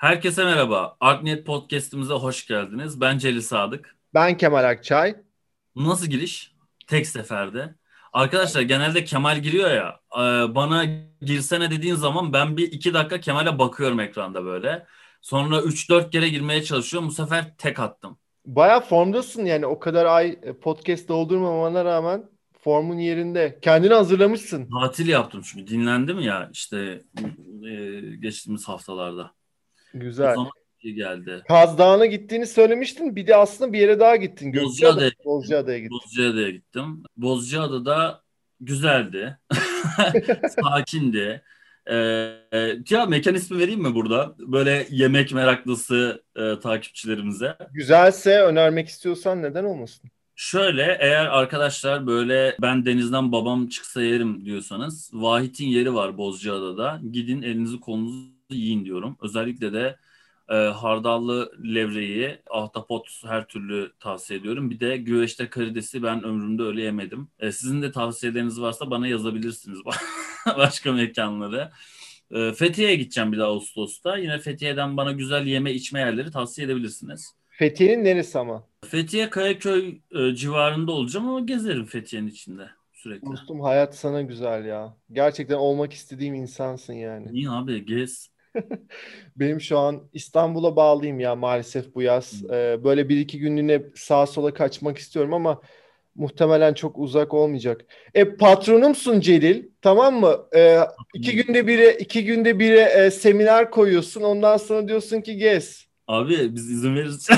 Herkese merhaba. Artnet Podcast'imize hoş geldiniz. Ben Celil Sadık. Ben Kemal Akçay. Nasıl giriş? Tek seferde. Arkadaşlar genelde Kemal giriyor ya. Bana girsene dediğin zaman ben bir iki dakika Kemal'e bakıyorum ekranda böyle. Sonra üç dört kere girmeye çalışıyorum. Bu sefer tek attım. Baya formdasın yani o kadar ay podcast doldurmamana rağmen formun yerinde. Kendini hazırlamışsın. Tatil yaptım çünkü dinlendim ya işte geçtiğimiz haftalarda. O Güzel. zaman iyi geldi. Kaz Dağı'na gittiğini söylemiştin. Bir de aslında bir yere daha gittin. Gökçeada, Bozcaada'ya gittim. Bozcaada'ya gittin. Bozcaada'ya gittim. Bozcaada'da güzeldi. Sakindi. Ya mekan ismi vereyim mi burada? Böyle yemek meraklısı takipçilerimize. Güzelse önermek istiyorsan neden olmasın? Şöyle eğer arkadaşlar böyle ben denizden babam çıksa yerim diyorsanız Vahit'in yeri var Bozcaada'da. Gidin elinizi kolunuzu yiyin diyorum. Özellikle de hardallı levreyi, ahtapot her türlü tavsiye ediyorum. Bir de güveçte karidesi ben ömrümde öyle yemedim. Sizin de tavsiyeleriniz varsa bana yazabilirsiniz başka mekanları. Fethiye'ye gideceğim bir de Ağustos'ta. Yine Fethiye'den bana güzel yeme içme yerleri tavsiye edebilirsiniz. Fethiye'nin neresi ama? Fethiye Kayaköy civarında olacağım ama gezerim Fethiye'nin içinde sürekli. Dostum hayat sana güzel ya. Gerçekten olmak istediğim insansın yani. Niye abi gez. Benim şu an İstanbul'a bağlıyım ya maalesef bu yaz. Böyle bir iki günlüğüne sağa sola kaçmak istiyorum ama muhtemelen çok uzak olmayacak. Patronumsun Celil, tamam mı? İki günde bire seminer koyuyorsun. Ondan sonra diyorsun ki gez. Abi biz izin veririz.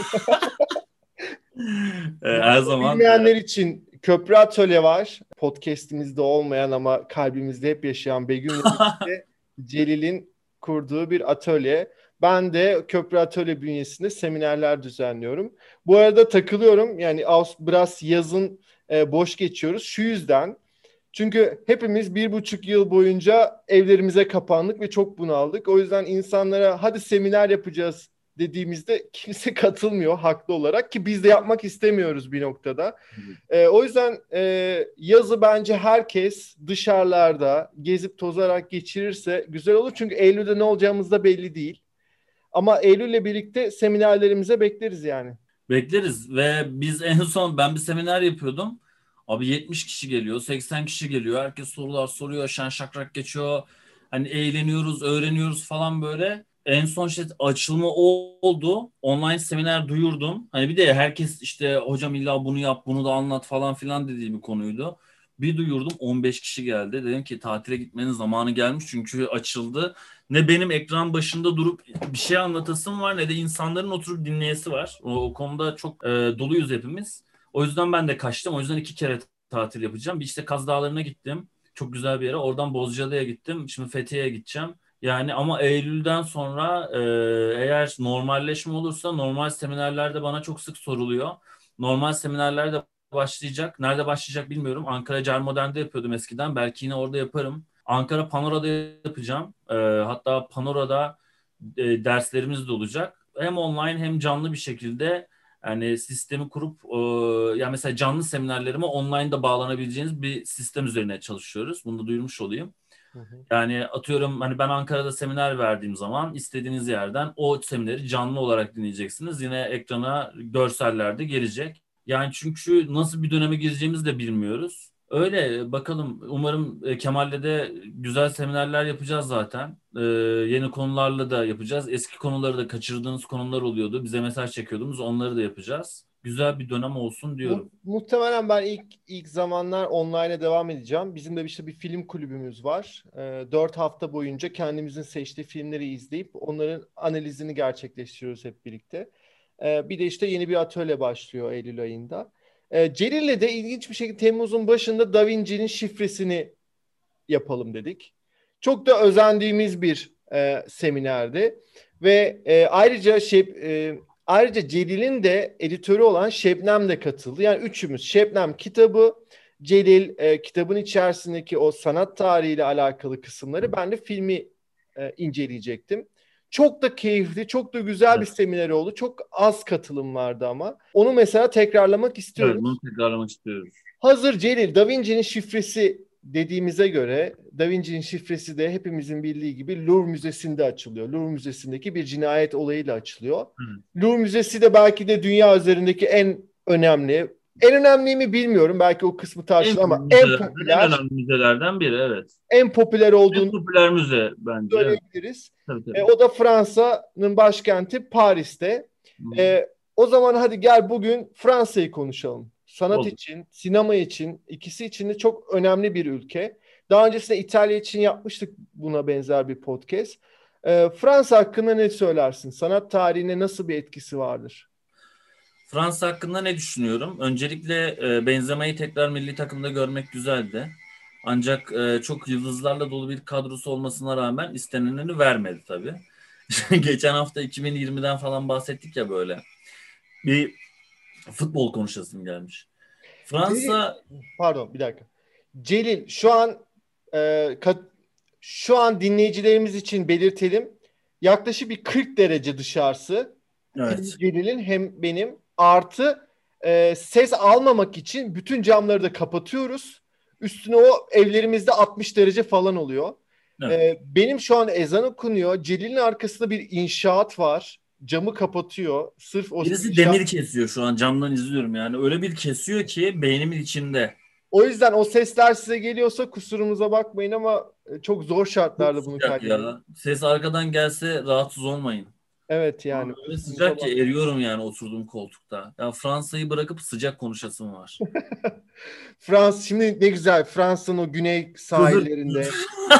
Her zaman Bilmeyenler için Köprü Atölye var. Podcast'imizde olmayan ama kalbimizde hep yaşayan Begüm'le birlikte Celil'in kurduğu bir atölye. Ben de Köprü Atölye bünyesinde seminerler düzenliyorum. Bu arada takılıyorum. Yani biraz yazın boş geçiyoruz. Şu yüzden. Çünkü hepimiz 1,5 yıl boyunca evlerimize kapandık ve çok bunaldık. O yüzden insanlara hadi seminer yapacağız dediğimizde kimse katılmıyor haklı olarak ki biz de yapmak istemiyoruz bir noktada. O yüzden yazı bence herkes dışarılarda gezip tozarak geçirirse güzel olur. Çünkü Eylül'de ne olacağımız da belli değil. Ama Eylül'le birlikte seminerlerimize bekleriz yani. bekleriz ve biz en son ben bir seminer yapıyordum. Abi 70 kişi geliyor, 80 kişi geliyor. Herkes sorular soruyor, şen şakrak geçiyor. Hani eğleniyoruz, öğreniyoruz falan böyle. En son işte açılma oldu. Online seminer duyurdum. Hani bir de herkes işte hocam illa bunu yap, bunu da anlat falan filan dediği bir konuydu. Bir duyurdum 15 kişi geldi. Dedim ki tatile gitmenin zamanı gelmiş çünkü açıldı. Ne benim ekran başında durup bir şey anlatasım var ne de insanların oturup dinleyesi var. O konuda çok doluyuz hepimiz. O yüzden ben de kaçtım. O yüzden iki kere tatil yapacağım. Bir işte Kaz Dağları'na gittim. Çok güzel bir yere. Oradan Bozcaada'ya gittim. Şimdi Fethiye'ye gideceğim. Yani ama Eylül'den sonra eğer normalleşme olursa normal seminerlerde bana çok sık soruluyor. Normal seminerlerde başlayacak. Nerede başlayacak bilmiyorum. Ankara Cer Modern'de yapıyordum eskiden. Belki yine orada yaparım. Ankara Panora'da yapacağım. Hatta Panora'da derslerimiz de olacak. Hem online hem canlı bir şekilde yani sistemi kurup yani mesela canlı seminerlerime online'da bağlanabileceğiniz bir sistem üzerine çalışıyoruz. Bunu da duyurmuş olayım. Hı hı. Yani atıyorum hani ben Ankara'da seminer verdiğim zaman istediğiniz yerden o semineri canlı olarak dinleyeceksiniz. Yine ekrana görseller de gelecek. Yani çünkü nasıl bir döneme gireceğimizi de bilmiyoruz. Öyle bakalım. Umarım Kemal'le de güzel seminerler yapacağız zaten. Yeni konularla da yapacağız. Eski konuları da kaçırdığınız konular oluyordu. Bize mesaj çekiyordunuz. Onları da yapacağız. Güzel bir dönem olsun diyorum. Muhtemelen ben ilk zamanlar online'a devam edeceğim. Bizim de işte bir film kulübümüz var. 4 hafta boyunca kendimizin seçtiği filmleri izleyip onların analizini gerçekleştiriyoruz hep birlikte. Bir de işte yeni bir atölye başlıyor Eylül ayında. Celil'le de ilginç bir şekilde Temmuz'un başında Da Vinci'nin şifresini yapalım dedik. Çok da özendiğimiz bir seminerdi ve ayrıca Celil'in de editörü olan Şebnem de katıldı. Yani üçümüz Şebnem kitabı, Celil kitabın içerisindeki o sanat tarihiyle alakalı kısımları, ben de filmi inceleyecektim. Çok da keyifli, çok da güzel bir Evet, seminer oldu. Çok az katılım vardı ama. Onu mesela tekrarlamak evet bunu istiyoruz. tekrarlamak istiyoruz. Hazır Celil Da Vinci'nin şifresi dediğimize göre Da Vinci'nin şifresi de hepimizin bildiği gibi Louvre Müzesi'nde açılıyor. Louvre Müzesi'ndeki bir cinayet olayıyla açılıyor. Hı. Louvre Müzesi de belki de dünya üzerindeki en önemli mi bilmiyorum. Belki o kısmı En tartışılır ama büyük müzelerden, en önemli müzelerden biri, evet. en popüler En olduğunu popüler müze bence, evet. söyleyebiliriz. Tabii tabii. O da Fransa'nın başkenti Paris'te. Hı. O zaman hadi gel bugün Fransa'yı konuşalım. Sanat Olur. için, sinema için, ikisi için de çok önemli bir ülke. Daha öncesinde İtalya için yapmıştık buna benzer bir podcast. Fransa hakkında ne söylersin? Sanat tarihine nasıl bir etkisi vardır? Fransa hakkında ne düşünüyorum? Öncelikle Benzema'yı tekrar milli takımda görmek güzeldi. Ancak çok yıldızlarla dolu bir kadrosu olmasına rağmen istenileni vermedi tabii. Geçen hafta 2020'den falan bahsettik ya böyle. Bir futbol konuşasım gelmiş. Celil, Fransa, pardon bir dakika. Celil, e, ka- şu an dinleyicilerimiz için belirtelim. Yaklaşık bir 40 derece dışarısı. Hem evet. Celil'in hem benim. Artı ses almamak için bütün camları da kapatıyoruz. Üstüne o evlerimizde 60 derece falan oluyor. Evet. Benim şu an ezan okunuyor. Celil'in arkasında bir inşaat var. Camı kapatıyor. Sırf o Birisi inşaat. demir kesiyor şu an, camdan izliyorum yani. Öyle bir kesiyor ki beynimin içinde. O yüzden o sesler size geliyorsa kusurumuza bakmayın ama çok zor Çok şartlarda bunu sıcak kaydediyoruz. ya. Ses arkadan gelse rahatsız olmayın. Evet Ama yani öyle kusurumuza sıcak ki bakmayın. eriyorum yani oturduğum koltukta. Ya Fransa'yı bırakıp sıcak konuşasım var. Frans şimdi ne güzel Fransa'nın o güney Püfür. sahillerinde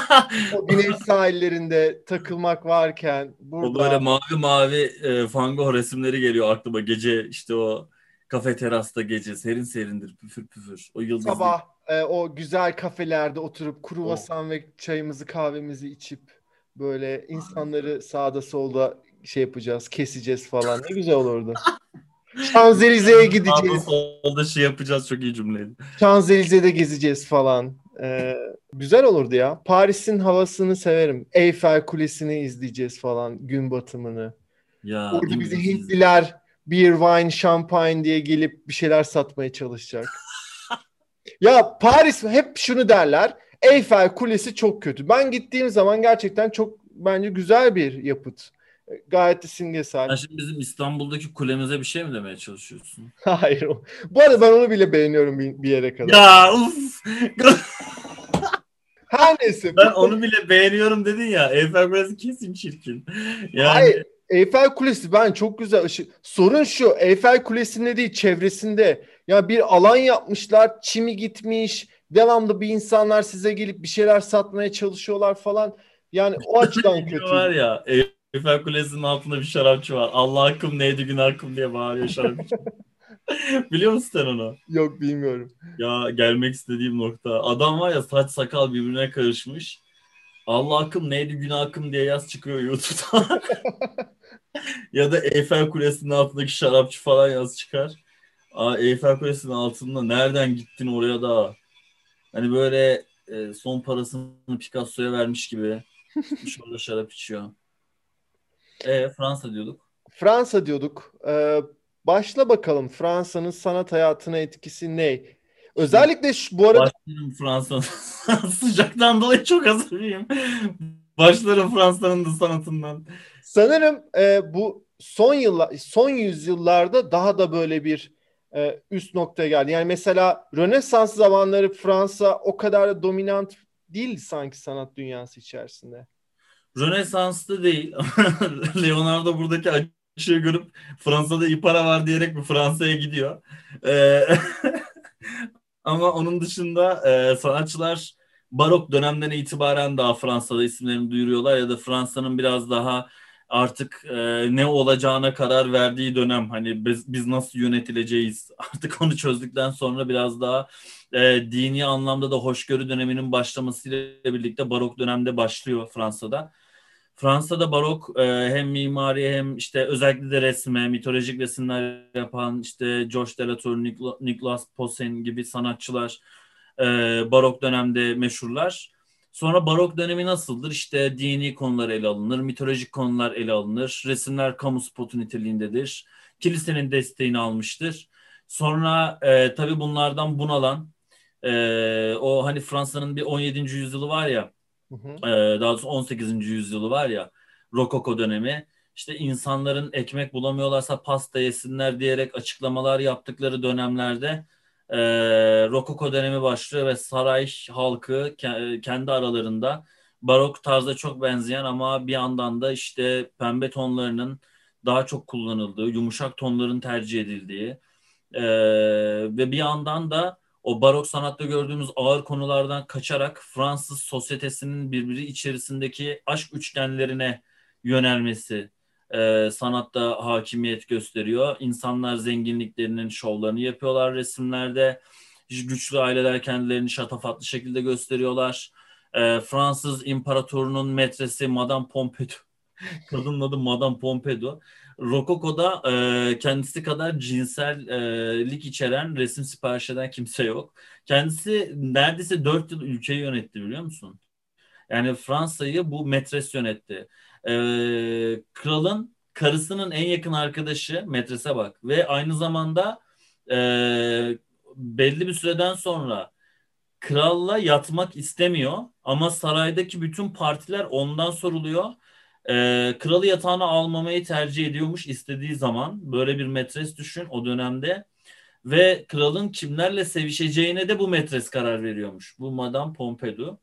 takılmak varken O böyle burada mavi mavi Van Gogh resimleri geliyor aklıma. Gece işte o kafe terasta gece serin serindir, püfür püfür. O yıldızlı. sabah o güzel kafelerde oturup Oh. kruvasan ve çayımızı kahvemizi içip böyle insanları sağda solda şey yapacağız, keseceğiz falan. Ne güzel olurdu. Şanzelize'ye Sağda gideceğiz. solda şey yapacağız, çok iyi cümleydi. Şanzelize'de gezeceğiz falan. Güzel olurdu ya. Paris'in havasını severim. Eyfel Kulesi'ni izleyeceğiz falan. Gün batımını. Ya Orada değil mi? bize Hintliler beer, wine, champagne diye gelip bir şeyler satmaya çalışacak. Ya Paris hep şunu derler. Eyfel Kulesi çok kötü. Ben gittiğim zaman gerçekten çok bence güzel bir yapıt. Gayet de simgesel. Sen şimdi bizim İstanbul'daki kulemize bir şey mi demeye çalışıyorsun? Hayır. Bu arada ben onu bile beğeniyorum bir yere kadar. Ya uf! Her neyse. Ben onu bile beğeniyorum dedin ya. Eiffel Kulesi kesin çirkin. Hayır. Yani Eyfel Kulesi ben çok güzel ışık. Sorun şu, Eyfel Kulesi'nde değil çevresinde. Ya bir alan yapmışlar, çimi gitmiş. Devamlı bir insanlar size gelip bir şeyler satmaya çalışıyorlar falan. Yani o açıdan video var kötü. ya, Eiffel Kulesi'nin altında bir şarapçı var. Allah hakkım neydi gün hakkım diye bağırıyor şarapçı. Biliyor musun sen onu? Yok bilmiyorum. Ya gelmek istediğim nokta. Adam var ya, saç sakal birbirine karışmış. Allah hakkım neydi gün hakkım diye yaz çıkıyor YouTube'da. Ya da Eiffel Kulesi'nin altındaki şarapçı falan yaz çıkar. Aa, Eiffel Kulesi'nin altında nereden gittin oraya da? Hani böyle son parasını Picasso'ya vermiş gibi gitmiş orada şarap içiyor. Fransa diyorduk. Fransa diyorduk. Başla bakalım Fransa'nın sanat hayatına etkisi ne? Şimdi Özellikle bu arada başlarım Fransa'nın sıcaktan dolayı çok hazırlayayım. Başlarım Fransa'nın da sanatından. sanırım bu son yüzyıllarda daha da böyle bir üst noktaya geldi. Yani mesela Rönesans zamanları Fransa o kadar da dominant değildi sanki sanat dünyası içerisinde. Rönesans'ta değil. Leonardo buradaki açığı görüp Fransa'da iyi para var diyerek bir Fransa'ya gidiyor. E, Ama onun dışında sanatçılar barok dönemden itibaren daha Fransa'da isimlerini duyuruyorlar ya da Fransa'nın biraz daha artık ne olacağına karar verdiği dönem, hani biz nasıl yönetileceğiz artık onu çözdükten sonra biraz daha dini anlamda da hoşgörü döneminin başlamasıyla birlikte barok dönemde başlıyor Fransa'da. Fransa'da barok hem mimari hem işte özellikle de resme, mitolojik resimler yapan işte Georges Delatour, Nicolas Poussin gibi sanatçılar e, barok dönemde meşhurlar. Sonra barok dönemi nasıldır? İşte dini konular ele alınır, mitolojik konular ele alınır, resimler kamu spotu niteliğindedir. Kilisenin desteğini almıştır. Sonra tabii bunlardan bunalan O hani Fransa'nın bir 17. yüzyılı var ya, Hı hı. daha doğrusu 18. yüzyılı var ya, Rokoko dönemi. İşte insanların ekmek bulamıyorlarsa pasta yesinler diyerek açıklamalar yaptıkları dönemlerde Rokoko dönemi başlıyor ve saray halkı kendi aralarında barok tarza çok benzeyen ama bir yandan da işte pembe tonlarının daha çok kullanıldığı, yumuşak tonların tercih edildiği ve bir yandan da o barok sanatta gördüğümüz ağır konulardan kaçarak Fransız sosyetesinin birbiri içerisindeki aşk üçgenlerine yönelmesi sanatta hakimiyet gösteriyor. İnsanlar zenginliklerinin şovlarını yapıyorlar resimlerde. Güçlü aileler kendilerini şatafatlı şekilde gösteriyorlar. Fransız imparatorunun metresi Madame Pompadour. Kadının adı Madame Pompadour. Rokoko'da kendisi kadar cinsellik içeren resim sipariş eden kimse yok. Kendisi neredeyse 4 yıl ülkeyi yönetti, biliyor musun? Yani Fransa'yı bu metres yönetti. Kralın karısının en yakın arkadaşı metrese bak. Ve aynı zamanda e, belli bir süreden sonra kralla yatmak istemiyor ama saraydaki bütün partiler ondan soruluyor. Kralı yatağına almamayı tercih ediyormuş istediği zaman. Böyle bir metres düşün o dönemde. Ve kralın kimlerle sevişeceğine de bu metres karar veriyormuş. Bu Madame Pompadour.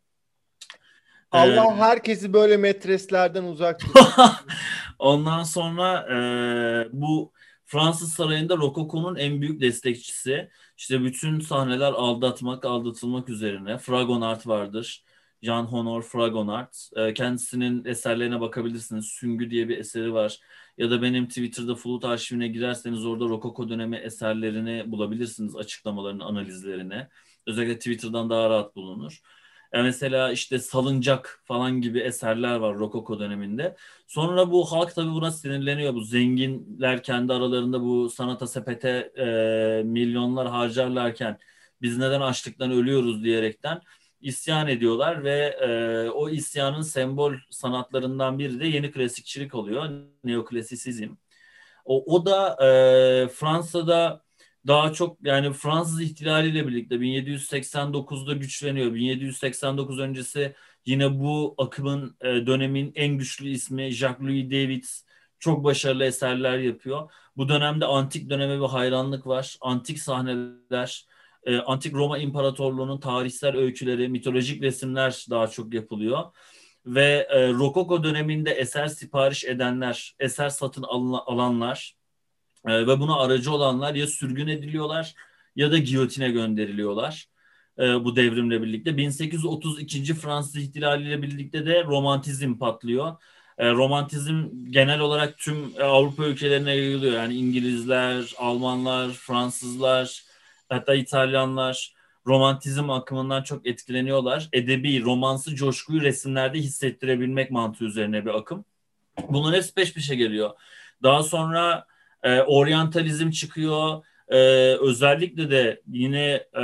Ee, Allah herkesi böyle metreslerden uzak tutsun. Ondan sonra bu Fransız sarayında Rokoko'nun en büyük destekçisi. İşte bütün sahneler aldatmak, aldatılmak üzerine. Fragonard vardır. Jean Honor Fragonard. Kendisinin eserlerine bakabilirsiniz. Süngü diye bir eseri var. Ya da benim Twitter'da Flut arşivine girerseniz orada Rokoko dönemi eserlerini bulabilirsiniz. Açıklamalarını, analizlerini. Özellikle Twitter'dan daha rahat bulunur. Mesela işte Salıncak falan gibi eserler var Rokoko döneminde. Sonra bu halk tabii buna sinirleniyor. Bu zenginler kendi aralarında bu sanata sepete milyonlar harcarlarken biz neden açlıktan ölüyoruz diyerekten isyan ediyorlar ve o isyanın sembol sanatlarından biri de yeni klasikçilik oluyor. Neoklasisizm. O da Fransa'da daha çok, yani Fransız ihtilaliyle birlikte 1789'da güçleniyor. 1789 öncesi yine bu akımın dönemin en güçlü ismi Jacques-Louis David çok başarılı eserler yapıyor. Bu dönemde antik döneme bir hayranlık var. Antik sahneler, Antik Roma İmparatorluğu'nun tarihsel öyküleri, mitolojik resimler daha çok yapılıyor. Ve Rokoko döneminde eser sipariş edenler, eser satın alanlar ve buna aracı olanlar ya sürgün ediliyorlar ya da giyotine gönderiliyorlar. Bu devrimle birlikte. 1832. Fransız İhtilali ile birlikte de romantizm patlıyor. Romantizm genel olarak tüm Avrupa ülkelerine yayılıyor. Yani İngilizler, Almanlar, Fransızlar, hatta İtalyanlar romantizm akımından çok etkileniyorlar. Edebi, romansı, coşkuyu resimlerde hissettirebilmek mantığı üzerine bir akım. Bunların hepsi peş peşe geliyor. Daha sonra oryantalizm çıkıyor. E, Özellikle de yine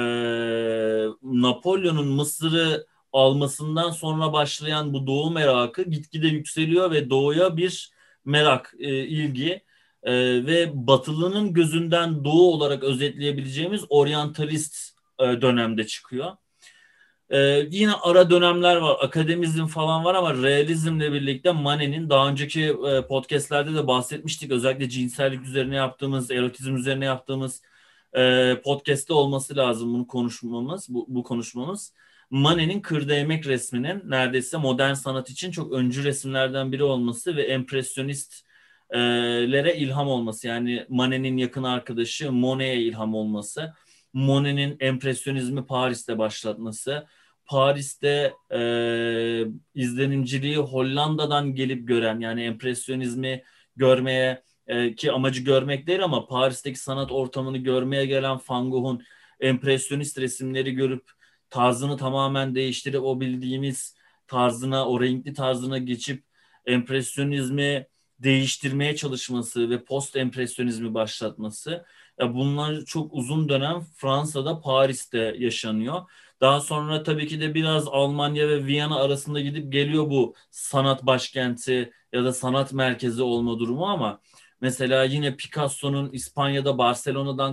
Napolyon'un Mısır'ı almasından sonra başlayan bu Doğu merakı gitgide yükseliyor ve Doğu'ya bir merak, ilgi ve Batılı'nın gözünden Doğu olarak özetleyebileceğimiz oryantalist dönemde çıkıyor. Yine ara dönemler var. Akademizm falan var ama realizmle birlikte Manet'in daha önceki podcastlerde de bahsetmiştik. Özellikle cinsellik üzerine yaptığımız, erotizm üzerine yaptığımız podcast'te olması lazım bunu konuşmamız, bu konuşmamız. Manet'in Kır Değmek resminin neredeyse modern sanat için çok öncü resimlerden biri olması ve empresyonistlere ilham olması. Yani Manet'in yakın arkadaşı Monet'e ilham olması. Monet'in empresyonizmi Paris'te başlatması. Paris'te izlenimciliği Hollanda'dan gelip gören, yani empresyonizmi görmeye ki amacı görmek değil ama Paris'teki sanat ortamını görmeye gelen Van Gogh'un empresyonist resimleri görüp tarzını tamamen değiştirip o bildiğimiz tarzına, o renkli tarzına geçip empresyonizmi değiştirmeye çalışması ve post empresyonizmi başlatması. Ya bunlar çok uzun dönem Fransa'da, Paris'te yaşanıyor. Daha sonra tabii ki de biraz Almanya ve Viyana arasında gidip geliyor bu sanat başkenti ya da sanat merkezi olma durumu ama mesela yine Picasso'nun İspanya'da Barcelona'dan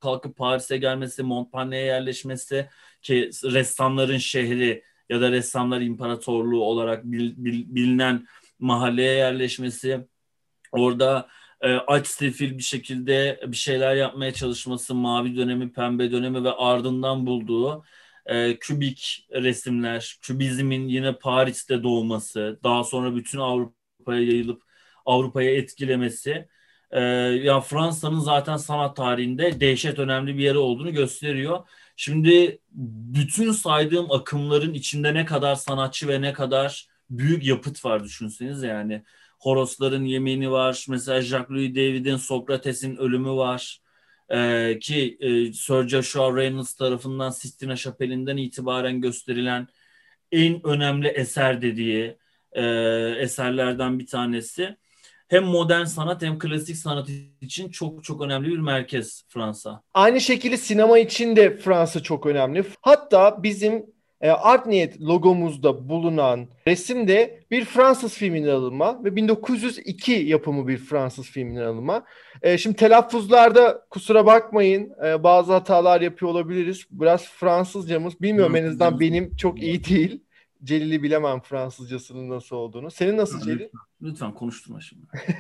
kalkıp Paris'e gelmesi, Montparnass'e yerleşmesi ki ressamların şehri ya da ressamlar imparatorluğu olarak bilinen mahalleye yerleşmesi, orada aç sefil bir şekilde bir şeyler yapmaya çalışması, mavi dönemi, pembe dönemi ve ardından bulduğu kübik resimler, kübizmin yine Paris'te doğması, daha sonra bütün Avrupa'ya yayılıp Avrupa'ya etkilemesi, ya Fransa'nın zaten sanat tarihinde dehşet önemli bir yeri olduğunu gösteriyor. Şimdi bütün saydığım akımların içinde ne kadar sanatçı ve ne kadar büyük yapıt var düşünseniz yani. Horosların Yemini var. Mesela Jacques-Louis David'in Sokrates'in Ölümü var. Ki Sir Joshua Reynolds tarafından Sistine Şapeli'nden itibaren gösterilen en önemli eser dediği eserlerden bir tanesi. Hem modern sanat hem klasik sanat için çok çok önemli bir merkez Fransa. Aynı şekilde sinema için de Fransa çok önemli. Hatta bizim Art Niyet logomuzda bulunan resim de bir Fransız filminden alınma ve 1902 yapımı bir Fransız filminden alınma. Şimdi telaffuzlarda kusura bakmayın, bazı hatalar yapıyor olabiliriz. Biraz Fransızcamız bilmiyorum, en azından benim çok iyi değil. Celil'i bilemem Fransızcasının nasıl olduğunu. Senin nasıl Celil? Lütfen konuşturma şimdi.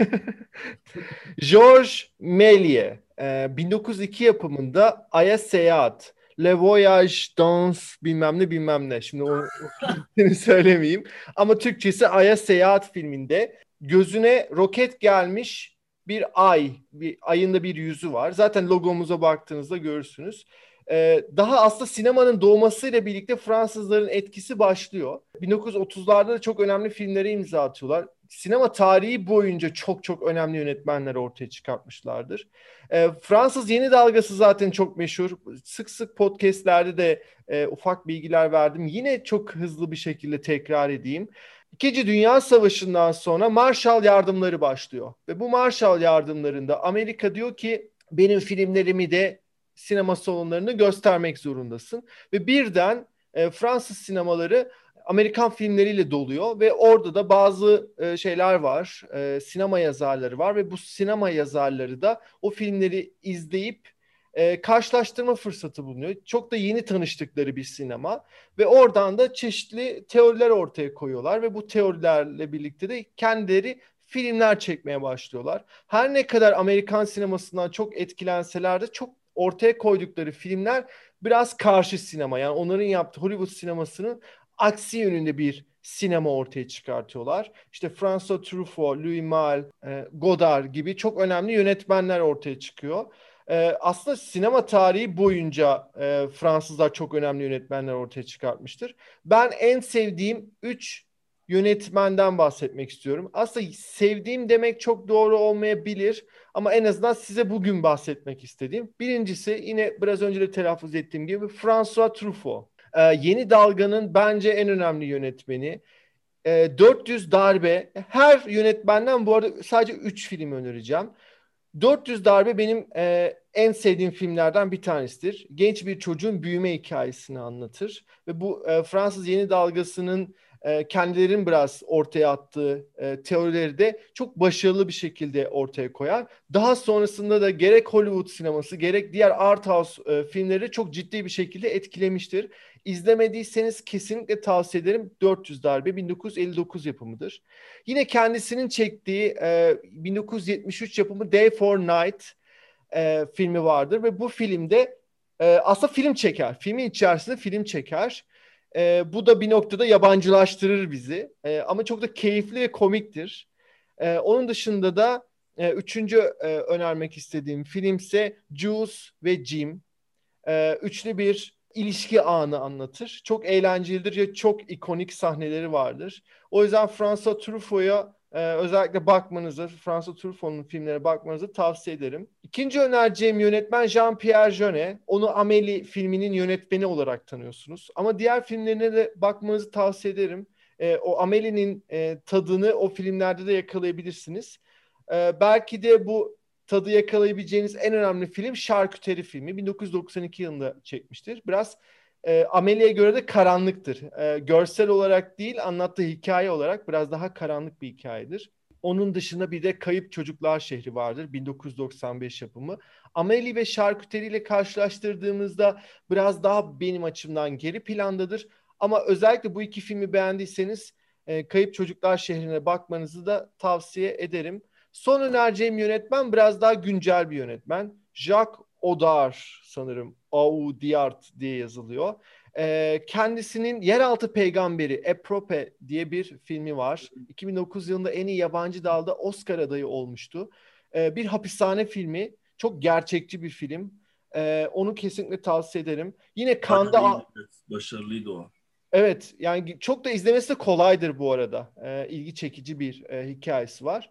Georges Méliès 1902 yapımında Ay'a Seyahat, Le Voyage dans bilmem ne bilmem ne. Şimdi o filmini söylemeyeyim. Ama Türkçesi Ay'a Seyahat filminde gözüne roket gelmiş bir ay. Bir ayında bir yüzü var. Zaten logomuza baktığınızda görürsünüz. Daha aslında sinemanın doğmasıyla birlikte Fransızların etkisi başlıyor. 1930'larda da çok önemli filmlere imza atıyorlar. Sinema tarihi boyunca çok çok önemli yönetmenler ortaya çıkartmışlardır. Fransız yeni dalgası zaten çok meşhur. Sık sık podcastlerde de ufak bilgiler verdim. Yine çok hızlı bir şekilde tekrar edeyim. İkinci Dünya Savaşı'ndan sonra Marshall yardımları başlıyor. Ve bu Marshall yardımlarında Amerika diyor ki benim filmlerimi de sinema salonlarını göstermek zorundasın. Ve birden Fransız sinemaları Amerikan filmleriyle doluyor ve orada da bazı şeyler var, sinema yazarları var ve bu sinema yazarları da o filmleri izleyip karşılaştırma fırsatı bulunuyor. Çok da yeni tanıştıkları bir sinema ve oradan da çeşitli teoriler ortaya koyuyorlar ve bu teorilerle birlikte de kendileri filmler çekmeye başlıyorlar. Her ne kadar Amerikan sinemasından çok etkilenseler de çok ortaya koydukları filmler biraz karşı sinema. Yani onların yaptığı Hollywood sinemasının aksi yönünde bir sinema ortaya çıkartıyorlar. İşte François Truffaut, Louis Malle, Godard gibi çok önemli yönetmenler ortaya çıkıyor. Aslında sinema tarihi boyunca Fransızlar çok önemli yönetmenler ortaya çıkartmıştır. Ben en sevdiğim 3 yönetmenden bahsetmek istiyorum. Aslında sevdiğim demek çok doğru olmayabilir ama en azından size bugün bahsetmek istediğim. Birincisi yine biraz önce de telaffuz ettiğim gibi François Truffaut. Yeni dalganın bence en önemli yönetmeni. 400 Darbe. Her yönetmenden bu arada sadece 3 film önereceğim. 400 Darbe benim en sevdiğim filmlerden bir tanesidir. Genç bir çocuğun büyüme hikayesini anlatır. Ve bu Fransız yeni dalgasının kendilerinin biraz ortaya attığı teorileri de çok başarılı bir şekilde ortaya koyar. Daha sonrasında da gerek Hollywood sineması gerek diğer art house filmleri çok ciddi bir şekilde etkilemiştir. İzlemediyseniz kesinlikle tavsiye ederim. 400 Darbe 1959 yapımıdır. Yine kendisinin çektiği 1973 yapımı Day for Night filmi vardır ve bu filmde aslında film çeker. Filmin içerisinde film çeker. Bu da bir noktada yabancılaştırır bizi. Ama çok da keyifli ve komiktir. Onun dışında da üçüncü önermek istediğim filmse Juice ve Jim. Üçlü bir ilişki anı anlatır. Çok eğlencelidir ve çok ikonik sahneleri vardır. O yüzden François Truffaut'a özellikle bakmanızı, François Truffaut'un filmlerine bakmanızı tavsiye ederim. İkinci önereceğim yönetmen Jean-Pierre Jeunet. Onu Amélie filminin yönetmeni olarak tanıyorsunuz. Ama diğer filmlerine de bakmanızı tavsiye ederim. O Amélie'nin tadını o filmlerde de yakalayabilirsiniz. Belki de bu tadı yakalayabileceğiniz en önemli film Şarküteri filmi. 1992 yılında çekmiştir. Biraz Amelia'ya göre de karanlıktır. Görsel olarak değil, anlattığı hikaye olarak biraz daha karanlık bir hikayedir. Onun dışında bir de Kayıp Çocuklar Şehri vardır. 1995 yapımı. Amélie ve Charcuterie ile karşılaştırdığımızda biraz daha benim açımdan geri plandadır. Ama özellikle bu iki filmi beğendiyseniz Kayıp Çocuklar Şehri'ne bakmanızı da tavsiye ederim. Son önereceğim yönetmen biraz daha güncel bir yönetmen. Jacques Audiard sanırım. Audiard diye yazılıyor. Kendisinin Yeraltı Peygamberi Eprope diye bir filmi var. 2009 yılında en iyi yabancı dalda Oscar adayı olmuştu. Bir hapishane filmi. Çok gerçekçi bir film. Onu kesinlikle tavsiye ederim. Yine Bayağı Cannes'da iyiydi. Evet. Başarılıydı o. evet yani çok da izlemesi de kolaydır bu arada. İlgi çekici bir hikayesi var.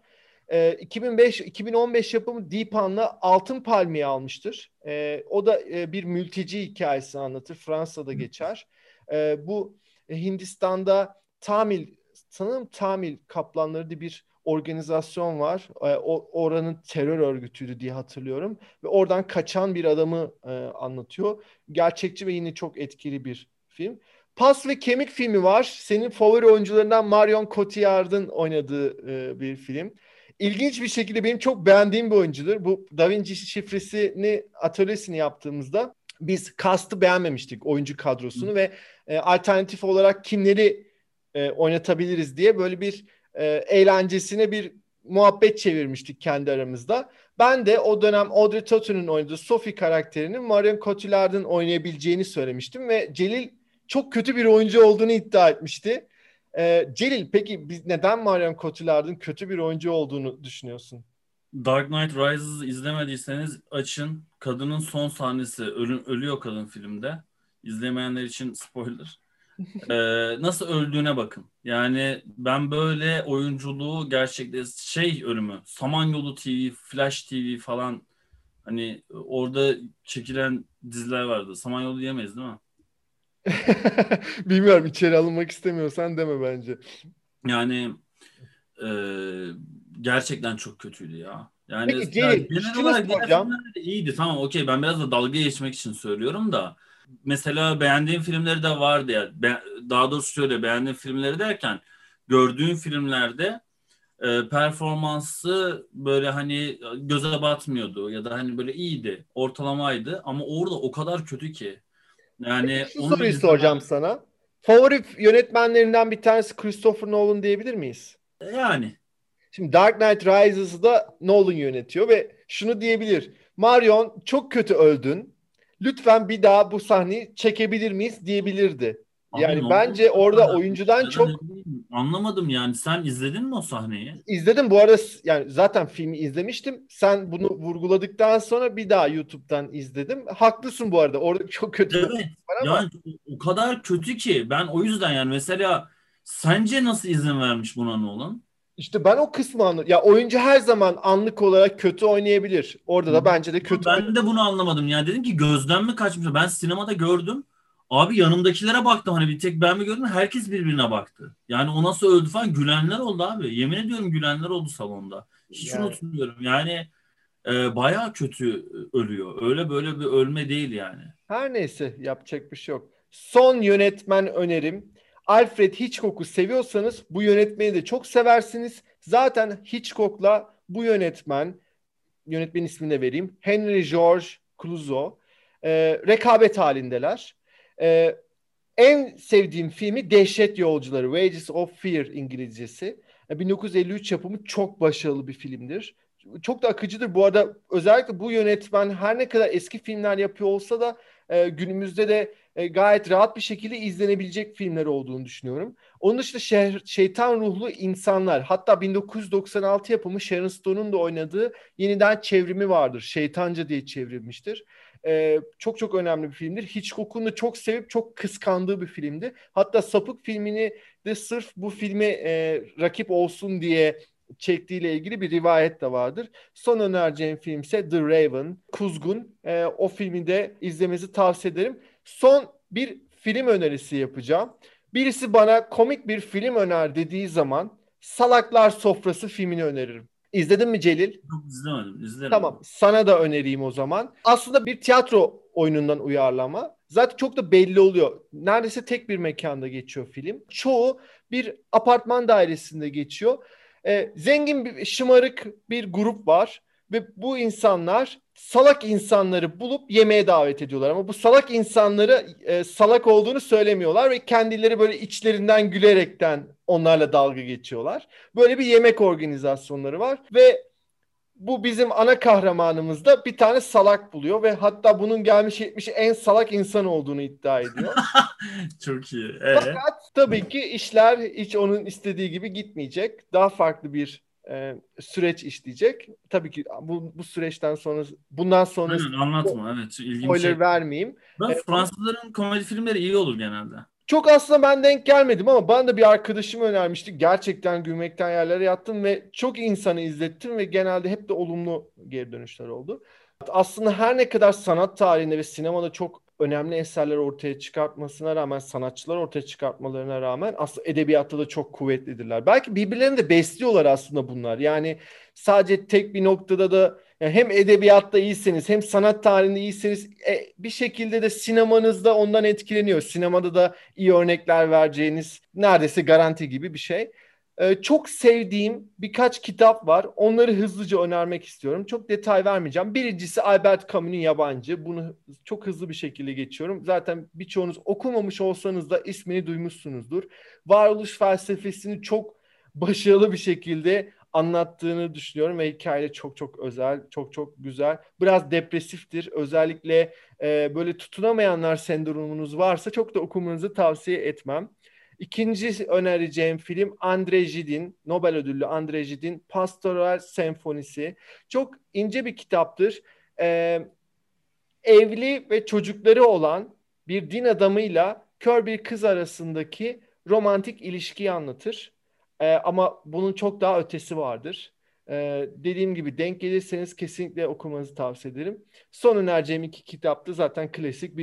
2015 yapımı Deepan'la Altın Palmiye almıştır. O da bir mülteci hikayesini anlatır. Fransa'da geçer. Bu Hindistan'da sanırım Tamil kaplanları diye bir organizasyon var. Oranın terör örgütüydü diye hatırlıyorum. Ve oradan kaçan bir adamı anlatıyor. Gerçekçi ve yine çok etkili bir film. Pas ve Kemik filmi var. Senin favori oyuncularından Marion Cotillard'ın oynadığı bir film. İlginç bir şekilde benim çok beğendiğim bir oyuncudur. Bu Da Vinci şifresini atölyesini yaptığımızda biz cast'ı beğenmemiştik, oyuncu kadrosunu ve alternatif olarak kimleri oynatabiliriz diye böyle bir eğlencesine bir muhabbet çevirmiştik kendi aramızda. Ben de o dönem Audrey Tautou oynadığı Sophie karakterinin Marion Cotillard'ın oynayabileceğini söylemiştim ve Celil çok kötü bir oyuncu olduğunu iddia etmişti. Celil, peki biz neden Marion Cotillard'ın kötü bir oyuncu olduğunu düşünüyorsun? Dark Knight Rises'ı izlemediyseniz açın. Kadının son sahnesi. Ölüyor kadın filmde. İzlemeyenler için spoiler. Nasıl öldüğüne bakın. Yani ben böyle oyunculuğu gerçekten ölümü. Samanyolu TV, Flash TV falan, hani orada çekilen diziler vardı. Samanyolu diyemeyiz değil mi? Bilmiyorum, içeri alınmak istemiyorsan deme bence. Yani e, gerçekten çok kötüydü ya. Yani Peki ya Celil, genel şunu olarak diğer soracağım. filmler de iyiydi. Tamam, okey, ben biraz da dalga geçmek için söylüyorum da. Mesela beğendiğim filmleri de vardı ya. Daha doğrusu şöyle, beğendiğim filmleri derken gördüğüm filmlerde performansı böyle hani göze batmıyordu ya da hani böyle iyiydi, ortalamaydı ama orada o kadar kötü ki. Peki Yani şu onu soruyu izlemem. soracağım sana. Favori yönetmenlerinden bir tanesi Christopher Nolan diyebilir miyiz? Yani Şimdi Dark Knight Rises'ı da Nolan yönetiyor ve şunu diyebilir. Marion, çok kötü öldün. Lütfen bir daha bu sahneyi çekebilir miyiz diyebilirdi. abi Yani ne oldu bence o orada kadar oyuncudan ya da ne çok bileyim, anlamadım yani. Sen izledin mi o sahneyi? izledim bu arada, yani zaten filmi izlemiştim. Sen bunu vurguladıktan sonra bir daha YouTube'dan izledim. Haklısın bu arada. Orada çok kötü bir Evet. var ama Yani o kadar kötü ki ben o yüzden, yani mesela sence nasıl izin vermiş buna Nolan? işte ben o kısmı anladım. Ya oyuncu her zaman anlık olarak kötü oynayabilir. Orada Hı da hı. bence de Ama kötü ben de bunu anlamadım. Yani dedim ki gözden mi kaçmış? Ben sinemada gördüm. Abi yanımdakilere baktım, hani bir tek ben mi gördüm? Herkes birbirine baktı. Yani o nasıl öldü falan, gülenler oldu abi. Yemin ediyorum gülenler oldu salonda. Hiç yani. unutmuyorum. Yani bayağı kötü ölüyor. Öyle böyle bir ölme değil yani. Her neyse, yapacak bir şey yok. Son yönetmen önerim. Alfred Hitchcock'u seviyorsanız bu yönetmeni de çok seversiniz. Zaten Hitchcock'la bu yönetmenin ismini de vereyim. Henry George Clouzot. Rekabet halindeler. Ee, En sevdiğim filmi Dehşet Yolcuları, Wages of Fear İngilizcesi. 1953 yapımı, çok başarılı bir filmdir. Çok da akıcıdır. Bu arada özellikle bu yönetmen her ne kadar eski filmler yapıyor olsa da günümüzde de gayet rahat bir şekilde izlenebilecek filmler olduğunu düşünüyorum. Onun dışında Şeytan Ruhlu İnsanlar, hatta 1996 yapımı Sharon Stone'un da oynadığı yeniden çevrimi vardır. Şeytanca diye çevrilmiştir. Çok çok önemli bir filmdir. Hitchcock'un da çok sevip çok kıskandığı bir filmdi. Hatta Sapık filmini de sırf bu filme rakip olsun diye çektiğiyle ilgili bir rivayet de vardır. Son önereceğim film ise The Raven, Kuzgun. O filmi de izlemenizi tavsiye ederim. Son bir film önerisi yapacağım. Birisi bana komik bir film öner dediği zaman Salaklar Sofrası filmini öneririm. İzledin mi Celil? Çok izlemedim. İzlerim Tamam, ama. sana da önereyim o zaman. Aslında bir tiyatro oyunundan uyarlama. Zaten çok da belli oluyor. Neredeyse tek bir mekanda geçiyor film. Çoğu bir apartman dairesinde geçiyor. Zengin bir şımarık bir grup var ve bu insanlar salak insanları bulup yemeğe davet ediyorlar ama bu salak insanları salak olduğunu söylemiyorlar ve kendileri böyle içlerinden gülerekten onlarla dalga geçiyorlar. Böyle bir yemek organizasyonları var ve bu bizim ana kahramanımız da bir tane salak buluyor ve hatta bunun gelmiş geçmiş en salak insan olduğunu iddia ediyor. Çok iyi. Tabii ki işler hiç onun istediği gibi gitmeyecek. Daha farklı bir süreç işleyecek. Tabii ki bu süreçten sonra bundan sonrası Aynen, anlatma. Evet, ilgimi spoiler çekti. vermeyeyim. Ben Fransızların komedi filmleri iyi olur genelde. Çok aslında ben denk gelmedim ama bana da bir arkadaşım önermişti. Gerçekten gülmekten yerlere yattım ve çok insanı izlettim ve genelde hep de olumlu geri dönüşler oldu. Aslında her ne kadar sanat tarihinde ve sinemada çok önemli eserler ortaya çıkartmasına rağmen, sanatçılar ortaya çıkartmalarına rağmen aslında edebiyatta da çok kuvvetlidirler. Belki birbirlerini de besliyorlar aslında bunlar. Yani sadece tek bir noktada da yani hem edebiyatta iyisiniz hem sanat tarihinde iyisiniz bir şekilde de sinemanızda ondan etkileniyor. Sinemada da iyi örnekler vereceğiniz neredeyse garanti gibi bir şey. Çok sevdiğim birkaç kitap var. Onları hızlıca önermek istiyorum. Çok detay vermeyeceğim. Birincisi Albert Camus'un Yabancı. Bunu çok hızlı bir şekilde geçiyorum. Zaten birçoğunuz okumamış olsanız da ismini duymuşsunuzdur. Varoluş felsefesini çok başarılı bir şekilde anlattığını düşünüyorum ve hikaye çok çok özel, çok çok güzel. Biraz depresiftir. Özellikle böyle tutunamayanlar sendromunuz varsa çok da okumanızı tavsiye etmem. İkinci önereceğim film André Gide'in, Nobel ödüllü André Gide'in Pastoral Senfonisi. Çok ince bir kitaptır. Ee, Evli ve çocukları olan bir din adamıyla kör bir kız arasındaki romantik ilişkiyi anlatır. Ama bunun çok daha ötesi vardır. Dediğim gibi denk gelirseniz kesinlikle okumanızı tavsiye ederim. Son önereceğim iki kitaptı zaten klasik.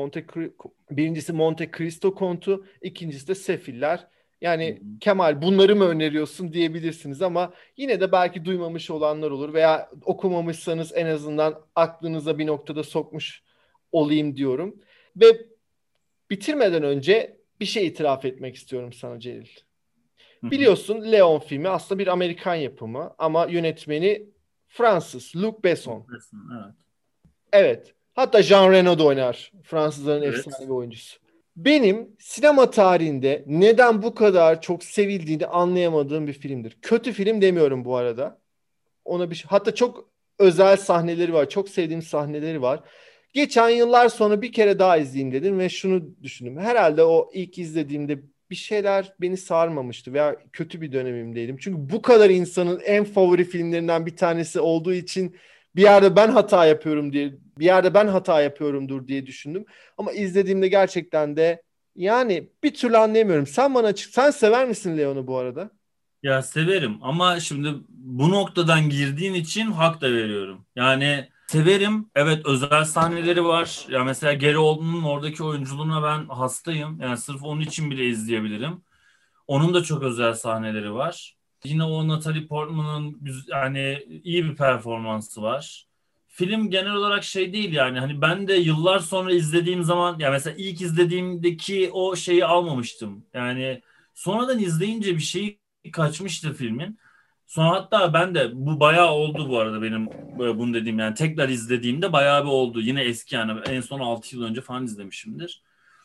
Birincisi Monte Cristo Kontu, ikincisi de Sefiller. Hı Yani hı. Kemal bunları mı öneriyorsun diyebilirsiniz ama yine de belki duymamış olanlar olur veya okumamışsanız en azından aklınıza bir noktada sokmuş olayım diyorum. Ve bitirmeden önce bir şey itiraf etmek istiyorum sana Celil. Hı hı. Biliyorsun Leon filmi aslında bir Amerikan yapımı ama yönetmeni Fransız Luc Besson. Evet. Evet. Hatta Jean Reno da oynar. Fransızların efsane Evet. bir oyuncusu. Benim sinema tarihinde neden bu kadar çok sevildiğini anlayamadığım bir filmdir. Kötü film demiyorum bu arada. Ona bir şey. Hatta çok özel sahneleri var. Çok sevdiğim sahneleri var. Geçen yıllar sonra bir kere daha izleyeyim dedim ve şunu düşündüm. Herhalde o ilk izlediğimde bir şeyler beni sarmamıştı veya kötü bir dönemimdeydim. Çünkü bu kadar insanın en favori filmlerinden bir tanesi olduğu için bir yerde ben hata yapıyorum diye, bir yerde ben hata yapıyorumdur diye düşündüm. Ama izlediğimde gerçekten de yani bir türlü anlayamıyorum. Sen bana açık, sen sever misin Leon'u bu arada? Ya severim ama şimdi bu noktadan girdiğin için hak da veriyorum. Yani severim. Evet, özel sahneleri var. Ya mesela Gary Oldman'ın oradaki oyunculuğuna ben hastayım. Yani sırf onun için bile izleyebilirim. Onun da çok özel sahneleri var. Yine o Natalie Portman'ın yani iyi bir performansı var. Film genel olarak şey değil yani hani ben de yıllar sonra izlediğim zaman ya mesela ilk izlediğimdeki o şeyi almamıştım. Yani sonradan izleyince bir şey kaçmıştı filmin. Sonra hatta ben de bu bayağı oldu bu arada benim bunu dediğim yani tekrar izlediğimde bayağı bir oldu. Yine eski yani en son 6 yıl önce falan izlemişimdir.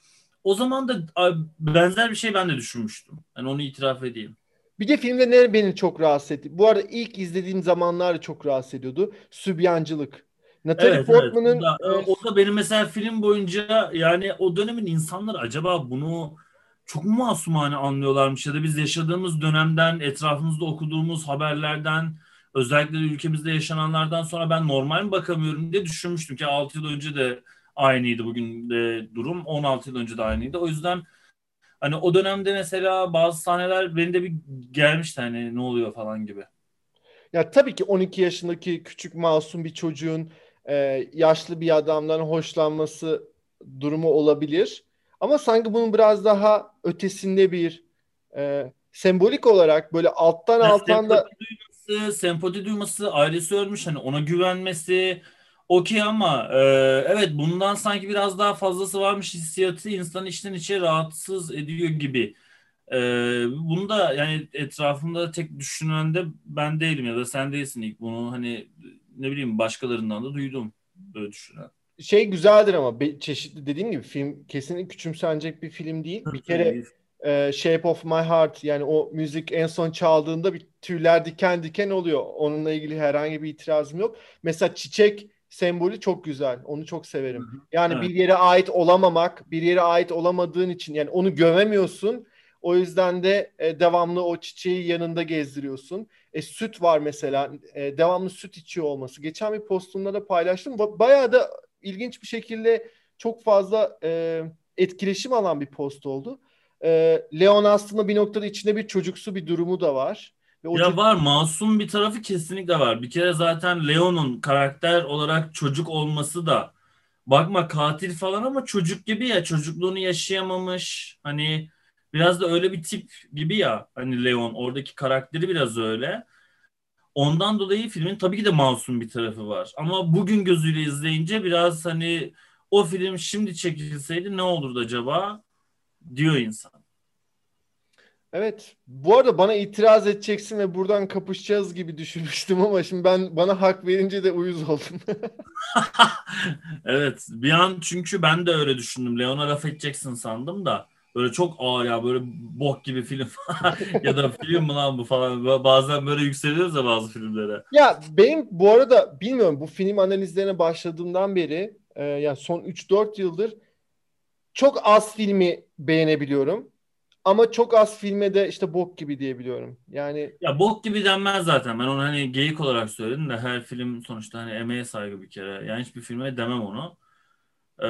O zaman da benzer bir şey ben de düşünmüştüm. Yani onu itiraf edeyim. Bir de filmde ne beni çok rahatsız etti. Bu arada ilk izlediğim zamanlar çok rahatsız ediyordu. Sübyancılık. Natalie Evet, evet. O Portman'ın da, o da benim mesela film boyunca yani o dönemin insanları acaba bunu çok mu masumane anlıyorlarmış ya da biz yaşadığımız dönemden, etrafımızda okuduğumuz haberlerden, özellikle de ülkemizde yaşananlardan sonra ben normal mi bakamıyorum diye düşünmüştüm ki 6 yıl önce de aynıydı bugün de durum. 16 yıl önce de aynıydı. O yüzden hani o dönemde mesela bazı sahneler beni de bir gelmişti hani ne oluyor falan gibi. ya tabii ki 12 yaşındaki küçük masum bir çocuğun yaşlı bir adamdan hoşlanması durumu olabilir. Ama sanki bunun biraz daha ötesinde bir sembolik olarak böyle alttan Yani alttan da sempati duyması, ailesi ölmüş hani ona güvenmesi okey ama evet bundan sanki biraz daha fazlası varmış hissiyatı insanı içten içe rahatsız ediyor gibi. Bunu da yani etrafımda tek düşünen de ben değilim ya da sen değilsin ilk bunu hani ne bileyim başkalarından da duydum böyle düşünen. Şey güzeldir ama çeşitli, dediğim gibi film kesinlikle küçümsenecek bir film değil. Bir Tabii tabii kere iyi. Shape of My Heart, yani o müzik en son çaldığında bir tüyler diken diken oluyor. Onunla ilgili herhangi bir itirazım yok. Mesela çiçek sembolü çok güzel. Onu çok Hı severim. hı. Yani bir Evet. yere ait olamamak, bir yere ait olamadığın için, yani onu gömemiyorsun. O yüzden de devamlı o çiçeği yanında gezdiriyorsun. Süt var mesela. Devamlı süt içiyor olması. Geçen bir postumda da paylaştım. Bayağı da ilginç bir şekilde çok fazla etkileşim alan bir post oldu. Leon aslında bir noktada içinde bir çocuksu bir durumu da var. Ve o Ya çocuk, var masum bir tarafı kesinlikle var. Bir kere zaten Leon'un karakter olarak çocuk olması da bakma katil falan ama çocuk gibi ya çocukluğunu yaşayamamış. Hani biraz da öyle bir tip gibi ya hani Leon oradaki karakteri biraz öyle. Ondan dolayı filmin tabii ki de masum bir tarafı var. Ama bugün gözüyle izleyince biraz hani o film şimdi çekilseydi ne olurdu acaba diyor insan. evet, bu arada bana itiraz edeceksin ve buradan kapışacağız gibi düşünmüştüm ama şimdi bana hak verince de uyuz oldum. Evet bir an çünkü ben de öyle düşündüm. Leon'a laf edeceksin sandım da böyle çok ağır ya böyle bok gibi film ya da film mi lan bu falan. Bazen böyle yükseliyoruz ya bazı filmlere. Ya benim bu arada bilmiyorum, bu film analizlerine başladığımdan beri yani son 3-4 yıldır çok az filmi beğenebiliyorum. Ama çok az filme de işte bok gibi diyebiliyorum. Yani Ya bok gibi denmez zaten. Ben onu hani geyik olarak söyledim de her film sonuçta hani emeğe saygı bir kere. Yani hiçbir filme demem onu. Ee,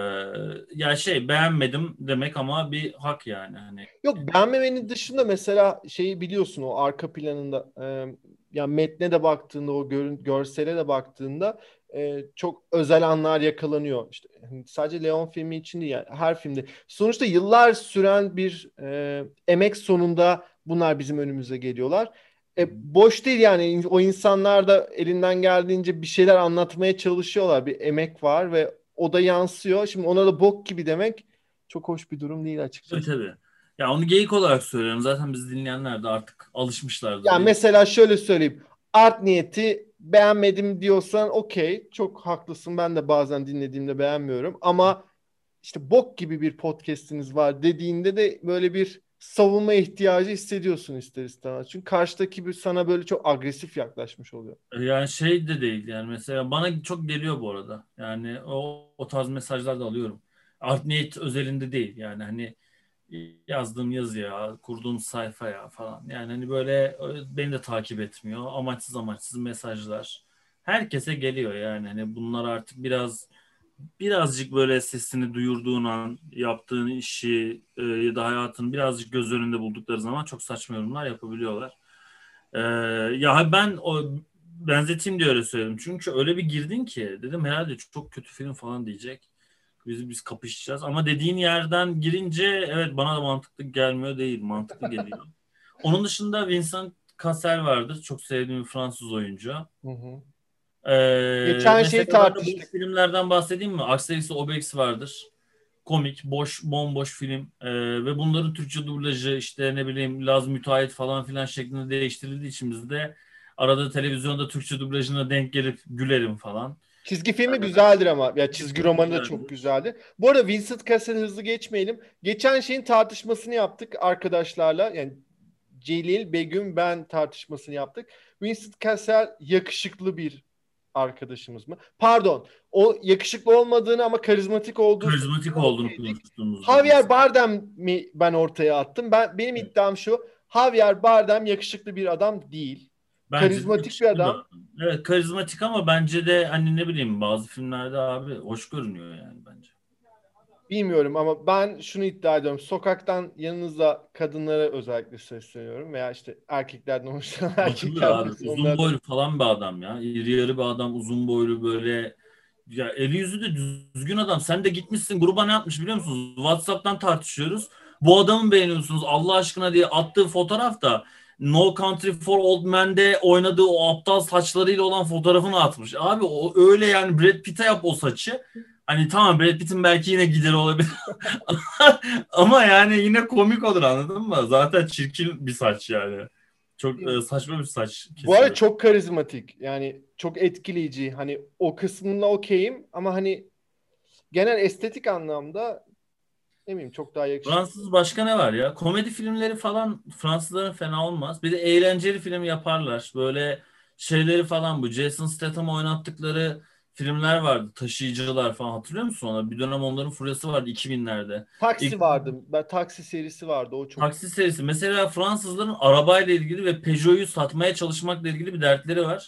ya şey beğenmedim demek ama bir hak yani hani. yok, beğenmemenin dışında mesela şeyi biliyorsun, o arka planında ya metne de baktığında, o görsele de baktığında çok özel anlar yakalanıyor. İşte hani sadece Leon filmi için değil, yani her filmde. Sonuçta yıllar süren bir emek sonunda bunlar bizim önümüze geliyorlar. Boş değil yani, o insanlar da elinden geldiğince bir şeyler anlatmaya çalışıyorlar. Bir emek var ve o da yansıyor. Şimdi ona da bok gibi demek çok hoş bir durum değil Tabii açıkçası. tabii. Ya onu geyik olarak söylüyorum. Zaten biz dinleyenler de artık alışmışlardır. Yani mesela şöyle söyleyeyim. Art niyeti beğenmedim diyorsan okey. Çok haklısın. Ben de bazen dinlediğimde beğenmiyorum. Ama işte bok gibi bir podcast'iniz var dediğinde de böyle bir savunma ihtiyacı hissediyorsun ister istemez. Çünkü karşıdaki bir sana böyle çok agresif yaklaşmış oluyor. Yani şey de değil yani mesela bana çok geliyor bu arada. Yani o tarz mesajlar da alıyorum. Art niyet özelinde değil yani hani yazdığım yazıya, kurduğum sayfaya falan. Yani hani böyle beni de takip etmiyor. Amaçsız amaçsız mesajlar. Herkese geliyor yani. Hani bunlar artık birazcık böyle sesini duyurduğun an yaptığın işi ya da hayatını birazcık göz önünde buldukları zaman çok saçma yorumlar yapabiliyorlar. Ee, ya ben benzeteyim diye öyle söyledim. Çünkü öyle bir girdin ki dedim herhalde çok kötü film falan diyecek. Biz kapışacağız. Ama dediğin yerden girince evet bana da mantıklı gelmiyor değil. Mantıklı geliyor. Onun dışında Vincent Cassel vardır. Çok sevdiğim bir Fransız oyuncu. Hı hı. Geçen şeyi Mesela böyle boş tartıştık. filmlerden bahsedeyim mi? Asterix ve Obelix vardır. Komik, boş, bomboş film. Ve bunların Türkçe dublajı işte ne bileyim Laz Müteahhit falan filan şeklinde değiştirildiği için bizde arada televizyonda Türkçe dublajına denk gelip gülerim falan. Çizgi filmi güzeldir ama. Ya Çizgi çizgi film romanı da çok güzeldir. güzeldi. Bu arada Vincent Cassel'i hızlı geçmeyelim. Geçen şeyin tartışmasını yaptık arkadaşlarla. Yani Celil, Begüm, ben tartışmasını yaptık. Vincent Cassel yakışıklı bir arkadaşımız mı? Pardon. O yakışıklı olmadığını ama karizmatik olduğu Karizmatik konusunda olduğunu okeydik. konuştuğumuzda Javier biz. Bardem mi ben ortaya attım? Benim Evet. iddiam şu. Javier Bardem yakışıklı bir adam değil. Bence de Karizmatik bir yakışıklı bir adam. adam. Evet karizmatik ama bence de hani ne bileyim bazı filmlerde abi hoş görünüyor yani bence. Bilmiyorum ama ben şunu iddia ediyorum. Sokaktan yanınızda kadınlara özellikle sesleniyorum. Veya işte erkeklerden hoşlanan Bakılır erkekler abi. varsa Uzun onlar da. boylu falan bir adam ya. İri yarı bir adam, uzun boylu böyle. Ya eli yüzü de düzgün adam. Sen de gitmişsin gruba ne yapmış biliyor musunuz? WhatsApp'tan tartışıyoruz. Bu adamı beğeniyorsunuz Allah aşkına diye attığı fotoğraf da No Country for Old Men'de oynadığı o aptal saçlarıyla olan fotoğrafını atmış. Abi o öyle yani Brad Pitt'e yap o saçı. Hani tamam, Brad Pitt'in belki yine gideri olabilir ama yani yine komik olur, anladın mı? Zaten çirkin bir saç yani. Çok saçma bir saç Bu arada kesimi. çok karizmatik. Yani çok etkileyici. Hani o kısmında okeyim ama hani genel estetik anlamda eminim çok daha yakışıklı. Fransız başka ne var ya? Komedi filmleri falan Fransızların fena olmaz. Bir de eğlenceli film yaparlar. Böyle şeyleri falan, bu Jason Statham oynattıkları filmler vardı. Taşıyıcılar falan, hatırlıyor musun ona? Bir dönem onların furyası vardı 2000'lerde. Taksi İlk vardı. Ben taksi serisi vardı. O çok. taksi serisi. Mesela Fransızların arabayla ilgili ve Peugeot'u satmaya çalışmakla ilgili bir dertleri var.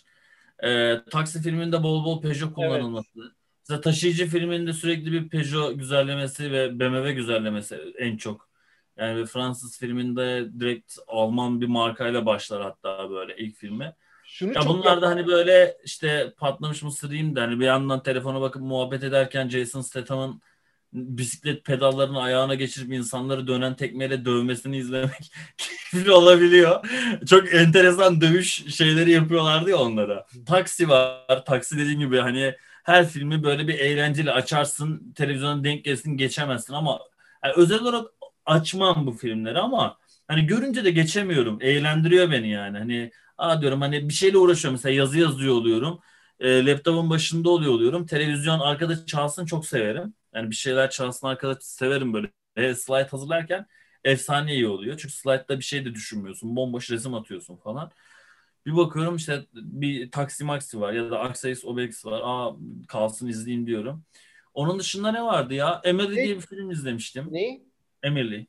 Taksi filminde bol bol Peugeot Evet. kullanılması. Mesela taşıyıcı filminde sürekli bir Peugeot güzellemesi ve BMW güzellemesi en çok. Yani bir Fransız filminde direkt Alman bir markayla başlar hatta böyle ilk filmi. Şunu Ya çok bunlar da yapar. hani böyle işte patlamış mısır diyeyim de hani bir yandan telefona bakıp muhabbet ederken Jason Statham'ın bisiklet pedallarını ayağına geçirip insanları dönen tekmeyle dövmesini izlemek keyifli olabiliyor. Çok enteresan dövüş şeyleri yapıyorlardı ya onlara. Taksi var. Taksi dediğim gibi hani her filmi böyle bir eğlenceli açarsın, televizyona denk gelsin, geçemezsin ama yani özel olarak açmam bu filmleri ama hani görünce de geçemiyorum. Eğlendiriyor beni yani. Hani diyorum, hani bir şeyle uğraşıyorum. Mesela yazı yazıyor oluyorum. Laptopun başında oluyorum. Televizyon arkada çalsın, çok severim. Yani bir şeyler çalsın arkada severim böyle. Slide hazırlarken efsane iyi oluyor. Çünkü slide'da bir şey de düşünmüyorsun. Bomboş resim atıyorsun falan. Bir bakıyorum işte bir Taksi Maksi var ya da Asterix Obelix var. Kalsın izleyeyim diyorum. Onun dışında ne vardı ya? Emily Ne? diye bir film izlemiştim. Ne? Emily.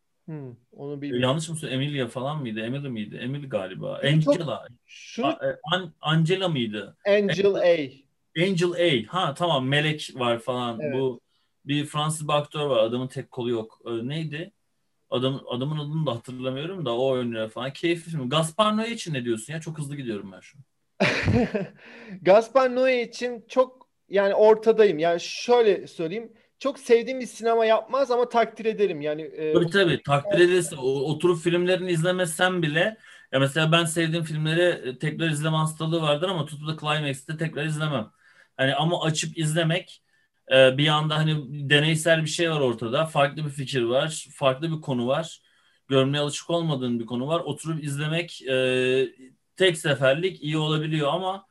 Onu bilmiyorum. Yanlış mı söylüyorum? Emilia falan mıydı? Emily miydi? Emily galiba. Şunu çok Angela. şunu Angela mıydı? Angel A. Angel A. Ha tamam, Melek var falan. Evet. Bu bir Fransız bir aktör var. Adamın tek kolu yok. Neydi? Adamın adını da hatırlamıyorum da o oynuyor falan. Keyifli film. Gaspar Noé için ne diyorsun ya? Çok hızlı gidiyorum ben şu an. Gaspar Noé için çok yani ortadayım. Yani şöyle söyleyeyim. Çok sevdiğim bir sinema yapmaz ama takdir ederim. Yani Tabii tabii, takdir edilirse oturup filmlerini izlemezsem bile, ya mesela ben sevdiğim filmleri tekrar izleme hastalığı vardır ama tutup da Climax'te tekrar izlemem. Hani ama açıp izlemek, bir anda hani deneysel bir şey var ortada. Farklı bir fikir var. Farklı bir konu var. Görmeye alışık olmadığın bir konu var. Oturup izlemek tek seferlik iyi olabiliyor ama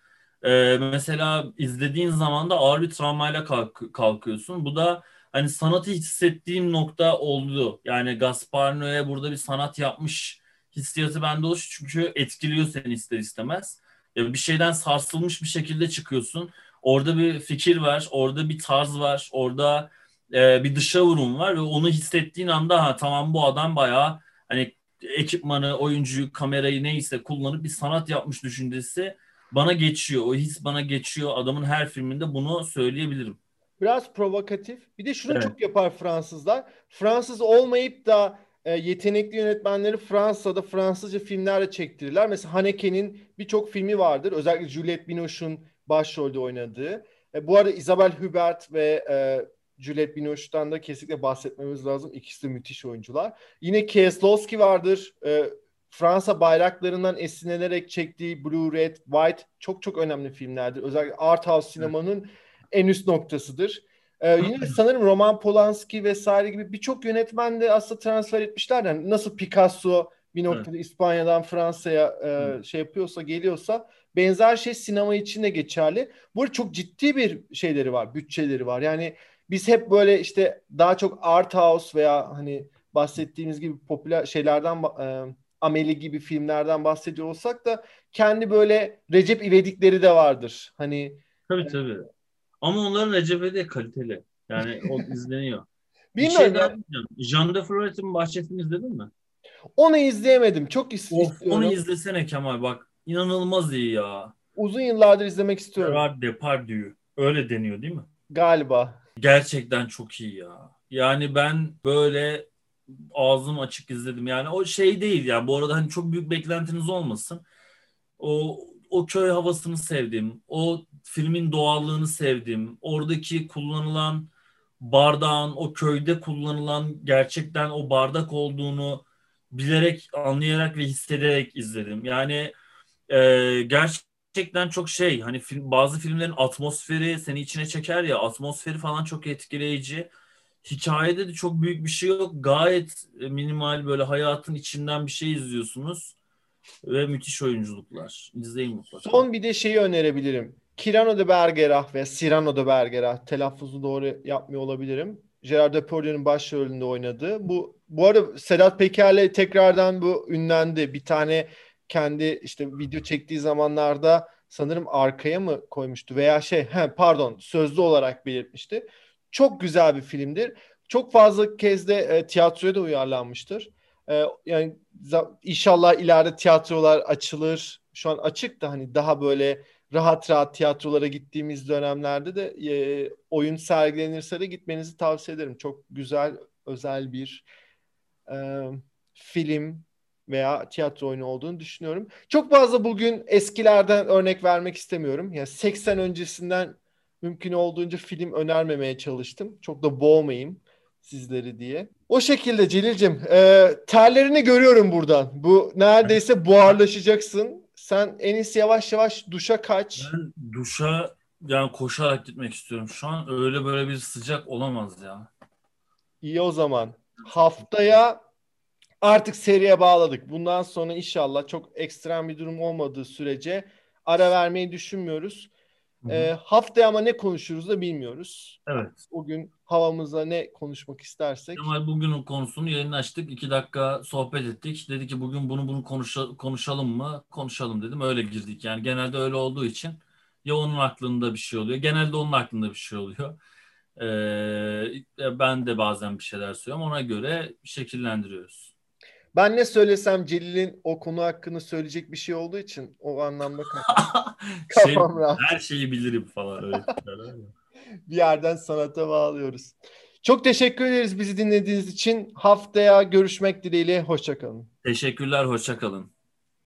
mesela izlediğin zaman da ağır bir travmayla kalkıyorsun. Bu da hani sanatı hissettiğim nokta oldu. Yani Gaspar Noé burada bir sanat yapmış hissiyatı bende oluştu. Çünkü etkiliyor seni ister istemez. Ya bir şeyden sarsılmış bir şekilde çıkıyorsun. Orada bir fikir var, orada bir tarz var, orada bir dışa vurum var ve onu hissettiğin anda ha tamam, bu adam bayağı hani ekipmanı, oyuncuyu, kamerayı neyse kullanıp bir sanat yapmış düşüncesi bana geçiyor. O his bana geçiyor. Adamın her filminde bunu söyleyebilirim. biraz provokatif. Bir de şunu Evet. çok yapar Fransızlar. Fransız olmayıp da yetenekli yönetmenleri Fransa'da Fransızca filmlerle çektirirler. Mesela Haneke'nin birçok filmi vardır. Özellikle Juliette Binoche'un başrolde oynadığı. Bu arada Isabelle Huppert ve Juliette Binoche'tan da kesinlikle bahsetmemiz lazım. İkisi de müthiş oyuncular. Yine Kieslowski vardır. Fransa bayraklarından esinlenerek çektiği Blue, Red, White çok çok önemli filmlerdir. Özellikle art house sinemanın en üst noktasıdır. Yine sanırım Roman Polanski vesaire gibi birçok yönetmen de aslında transfer etmişler. Yani nasıl Picasso bir Evet. noktada İspanya'dan Fransa'ya şey yapıyorsa, geliyorsa benzer şey sinema için de geçerli. Burada çok ciddi bir şeyleri var, bütçeleri var. Yani biz hep böyle işte daha çok art house veya hani bahsettiğimiz gibi popüler şeylerden Amelie gibi filmlerden bahsediyor olsak da kendi böyle Recep İvedikleri de vardır. Hani Tabii tabii. Ama onların Recep'e de kaliteli. Yani o izleniyor. Bir şey bilmiyorum daha yani diyeceğim. Jean de Florent'in Bahçesi'ni izledin mi? onu izleyemedim. Çok Of, onu istiyorum. izlesene Kemal, bak. İnanılmaz iyi ya. Uzun yıllardır izlemek istiyorum Gerard Depardieu. Öyle deniyor değil mi? galiba. Gerçekten çok iyi ya. Yani ben böyle ağzım açık izledim. Yani o şey değil ya. Bu arada hani çok büyük beklentiniz olmasın. O köy havasını sevdim. O filmin doğallığını sevdim. Oradaki kullanılan bardağın o köyde kullanılan gerçekten o bardak olduğunu bilerek, anlayarak ve hissederek izledim. Yani gerçekten gerçekten çok şey, hani bazı filmlerin atmosferi seni içine çeker ya, atmosferi falan çok etkileyici. Hikayede de çok büyük bir şey yok. Gayet minimal, böyle hayatın içinden bir şey izliyorsunuz ve müthiş oyunculuklar. İzleyin mutlaka. Son bir de şeyi önerebilirim. Cyrano de Bergerac ve Cyrano de Bergerac, telaffuzu doğru yapmıyor olabilirim. Gerard Depardieu'nun başrolünde oynadığı. Bu arada Sedat Peker'le tekrardan bu ünlendi. Bir tane kendi işte video çektiği zamanlarda sanırım arkaya mı koymuştu veya pardon, sözlü olarak belirtmişti. Çok güzel bir filmdir. Çok fazla kez de tiyatroya da uyarlanmıştır. Yani inşallah ileride tiyatrolar açılır. Şu an açık da hani daha böyle rahat rahat tiyatrolara gittiğimiz dönemlerde de oyun sergilenirse de gitmenizi tavsiye ederim. Çok güzel, özel bir e, film veya tiyatro oyunu olduğunu düşünüyorum. Çok fazla bugün eskilerden örnek vermek istemiyorum. Yani 80 öncesinden mümkün olduğunca film önermemeye çalıştım. Çok da boğmayayım sizleri diye. O şekilde Celil'cim, terlerini görüyorum buradan. Bu neredeyse buharlaşacaksın. Sen en iyisi yavaş yavaş duşa kaç. Ben duşa yani koşarak gitmek istiyorum. Şu an öyle böyle bir sıcak olamaz ya. İyi o zaman. Haftaya artık seriye bağladık. Bundan sonra inşallah çok ekstrem bir durum olmadığı sürece ara vermeyi düşünmüyoruz. Hı hı. Haftaya ama ne konuşuruz da bilmiyoruz. Evet. O gün havamıza ne konuşmak istersek. Kemal bugünün konusunu yayını açtık. 2 dakika sohbet ettik. Dedi ki bugün bunu konuşalım mı? Konuşalım dedim. Öyle girdik. Yani genelde öyle olduğu için ya onun aklında bir şey oluyor. Genelde onun aklında bir şey oluyor. Ben de bazen bir şeyler söylüyorum. Ona göre şekillendiriyoruz. Ben ne söylesem Celil'in o konu hakkında söyleyecek bir şey olduğu için o anlamda Şey, kafam rahat. her şeyi bilirim falan öyle şeyler. Bir yerden sanata bağlıyoruz. Çok teşekkür ederiz bizi dinlediğiniz için. Haftaya görüşmek dileğiyle. Hoşça kalın. Teşekkürler. Hoşça kalın.